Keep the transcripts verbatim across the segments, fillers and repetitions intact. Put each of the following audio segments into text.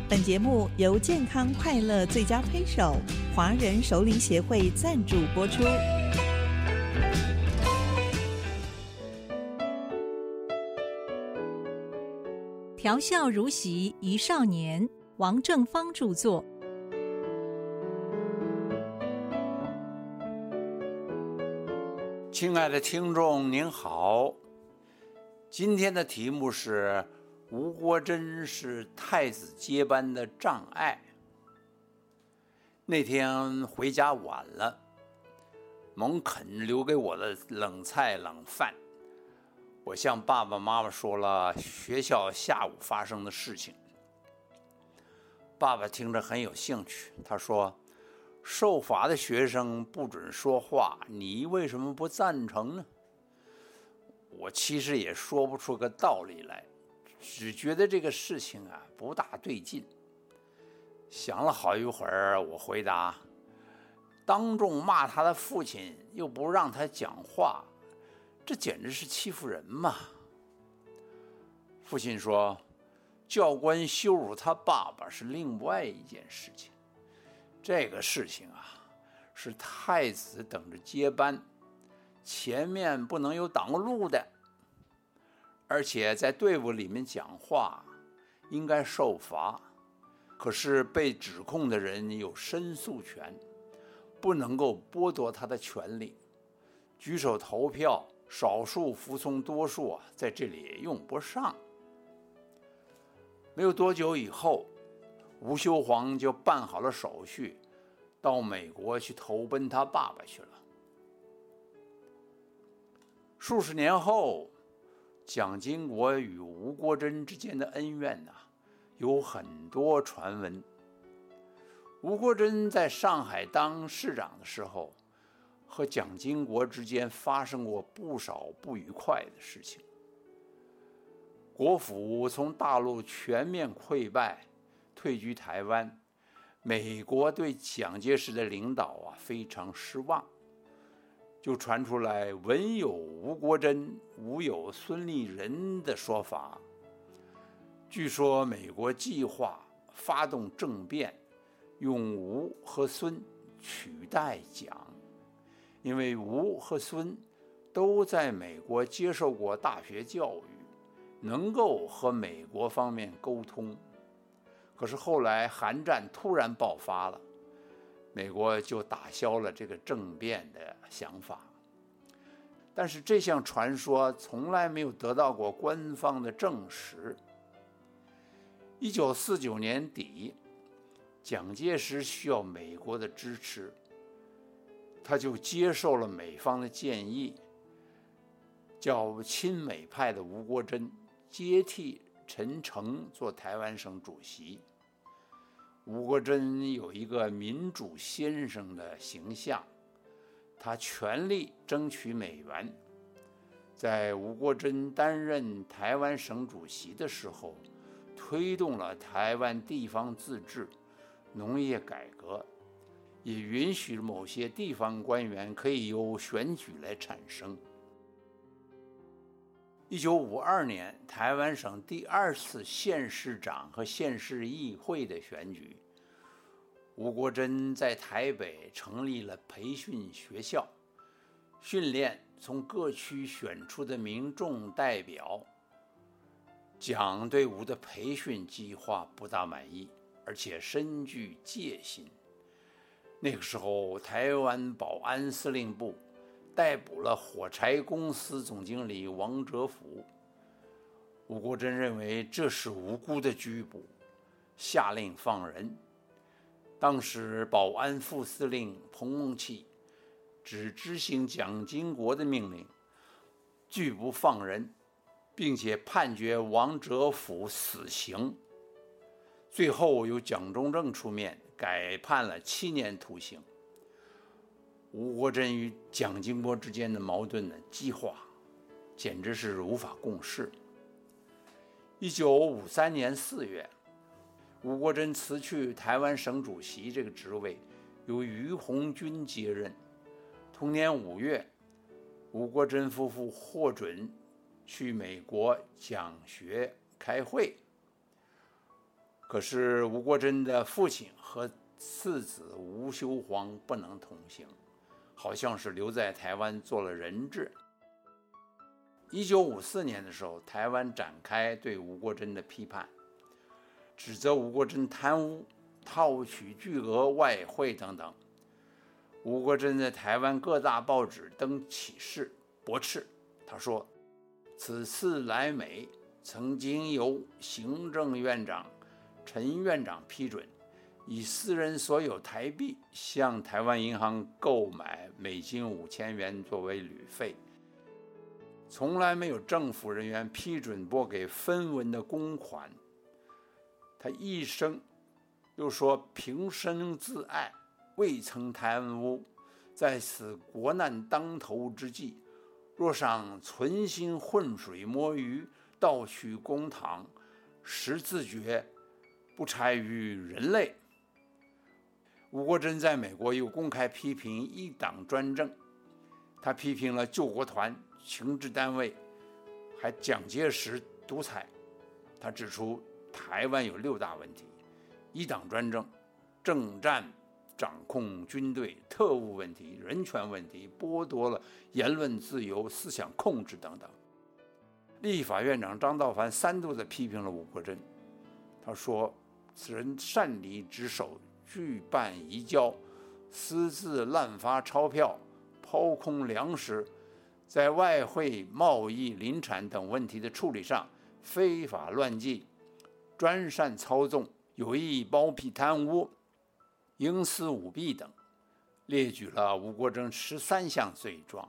本节目由健康快乐最佳推手华人熟龄协会赞助播出。调笑如席一少年，王正芳著作。 亲爱的听众您好，今天的题目是吴国桢是太子接班的障碍。那天回家晚了，蒙肯留给我的冷菜冷饭，我向爸爸妈妈说了学校下午发生的事情。爸爸听着很有兴趣，他说，受罚的学生不准说话，你为什么不赞成呢？我其实也说不出个道理来，只觉得这个事情啊不大对劲。想了好一会儿，我回答，当众骂他的父亲又不让他讲话，这简直是欺负人嘛。父亲说，教官羞辱他爸爸是另外一件事情，这个事情啊是太子等着接班，前面不能有挡路的，而且在队伍里面讲话应该受罚，可是被指控的人有申诉权，不能够剥夺他的权利。举手投票，少数服从多数啊，在这里也用不上。没有多久以后，吴修煌就办好了手续，到美国去投奔他爸爸去了。数十年后，蒋经国与吴国桢之间的恩怨啊，有很多传闻。吴国桢在上海当市长的时候，和蒋经国之间发生过不少不愉快的事情。国府从大陆全面溃败，退居台湾，美国对蒋介石的领导啊非常失望，就传出来文有吴国桢，武有孙立人的说法。据说美国计划发动政变，用吴和孙取代蒋，因为吴和孙都在美国接受过大学教育，能够和美国方面沟通。可是后来韩战突然爆发了，美国就打消了这个政变的想法。但是这项传说从来没有得到过官方的证实。一九四九年底，蒋介石需要美国的支持，他就接受了美方的建议，叫亲美派的吴国桢接替陈诚做台湾省主席。吴国桢有一个民主先生的形象，他全力争取美元。在吴国桢担任台湾省主席的时候，推动了台湾地方自治、农业改革，也允许某些地方官员可以由选举来产生。一九五二年，台湾省第二次县市长和县市议会的选举，吴国桢在台北成立了培训学校，训练从各区选出的民众代表。蒋对吴的培训计划不大满意，而且深具戒心。那个时候，台湾保安司令部逮捕了火柴公司总经理王哲甫。吴国桢认为这是无辜的拘捕，下令放人。当时保安副司令彭孟祺只执行蒋经国的命令，拒不放人，并且判决王哲甫死刑。最后由蒋中正出面改判了七年徒刑。吴国桢与蒋经国之间的矛盾呢激化，简直是无法共事。一九五三年四月，吴国桢辞去台湾省主席这个职位，由于鸿钧接任。同年五月，吴国桢夫妇获准去美国讲学开会。 可是吴国桢的父亲和次子吴修煌不能同行，好像是留在台湾做了人质。一九五四年的时候，台湾展开对吴国桢的批判，指责吴国桢贪污、套取巨额外汇等等。吴国桢在台湾各大报纸登启事驳斥，他说：“此次来美，曾经由行政院长陈院长批准，以私人所有台币向台湾银行购买美金五千元作为旅费，从来没有政府人员批准拨给分文的公款。”他一生又说：“平生自爱，未曾贪污，在此国难当头之际，若尚存心浑水摸鱼，盗取公帑，实自觉不差于人类。”吴国桢在美国又公开批评一党专政，他批评了救国团、情治单位，还蒋介石独裁。他指出台湾有六大问题：一党专政、政战掌控军队、特务问题、人权问题，剥夺了言论自由、思想控制等等。立法院长张道藩三度的批评了吴国桢，他说：“此人擅离职守，拒办移交，私自滥发钞票，抛空粮食，在外汇、贸易、林产等问题的处理上非法乱纪，专擅操纵，有意包庇贪污，营私舞弊等，列举了吴国桢十三项罪状。”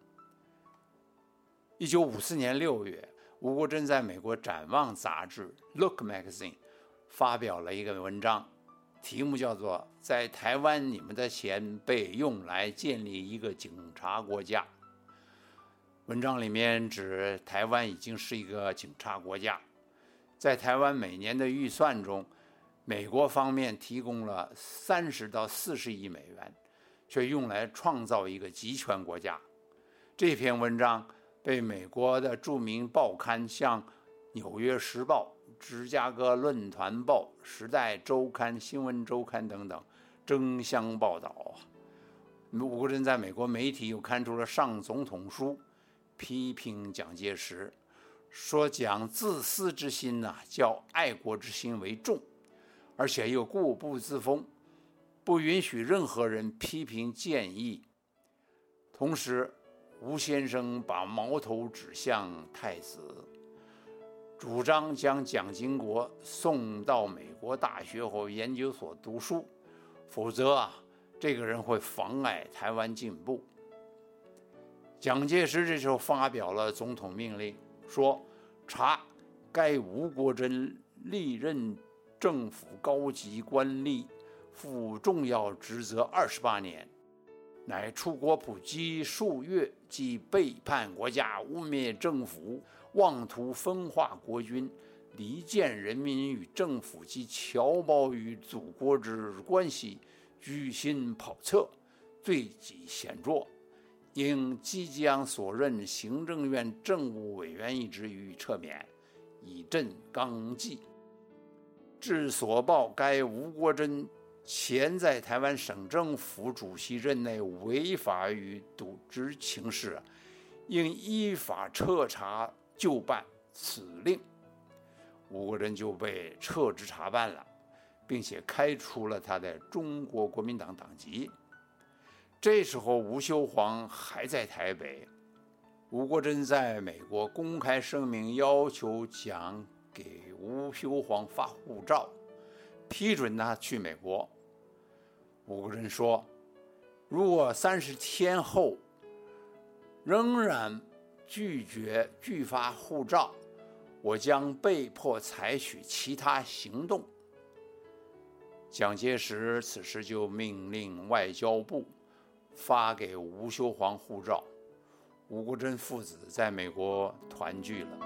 一九五四年六月，吴国桢在美国《展望》杂志 Look Magazine 发表了一个文章，题目叫做《在台湾你们的钱被用来建立一个警察国家》。文章里面指台湾已经是一个警察国家，在台湾每年的预算中，美国方面提供了三十到四十亿美元，却用来创造一个集权国家。这篇文章被美国的著名报刊像《纽约时报》、芝加哥论坛报、时代周刊、新闻周刊等等争相报道。吴国桢在美国媒体又刊出了上总统书，批评蒋介石，说蒋自私之心呐、啊，较爱国之心为重，而且又固步自封，不允许任何人批评建议。同时，吴先生把矛头指向太子，主张将蒋经国送到美国大学或研究所读书，否则啊，这个人会妨碍台湾进步。蒋介石这时候发表了总统命令，说查该吴国桢历任政府高级官吏，负重要职责二十八年，乃出国普击数月，即背叛国家，污蔑政府，妄图分化国军，离间人民与政府及侨胞与祖国之关系，居心叵测，罪极显著，应即将所任行政院政务委员一职予以撤免，以振纲纪。至所报该吴国桢前在台湾省政府主席任内违法与渎职情事，应依法彻查就办此令。吴国桢就被撤职查办了，并且开除了他的中国国民党党籍。这时候吴修煌还在台北，吴国桢在美国公开声明，要求蒋给吴修煌发护照，批准他去美国。吴国桢说，如果三十天后仍然拒绝拒发护照，我将被迫采取其他行动。蒋介石此时就命令外交部发给吴修煌护照，吴国桢父子在美国团聚了。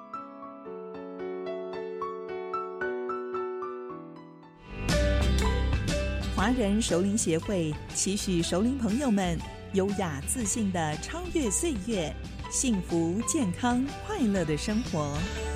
华人熟龄协会期许熟龄朋友们优雅自信地超越岁月，幸福健康快乐的生活。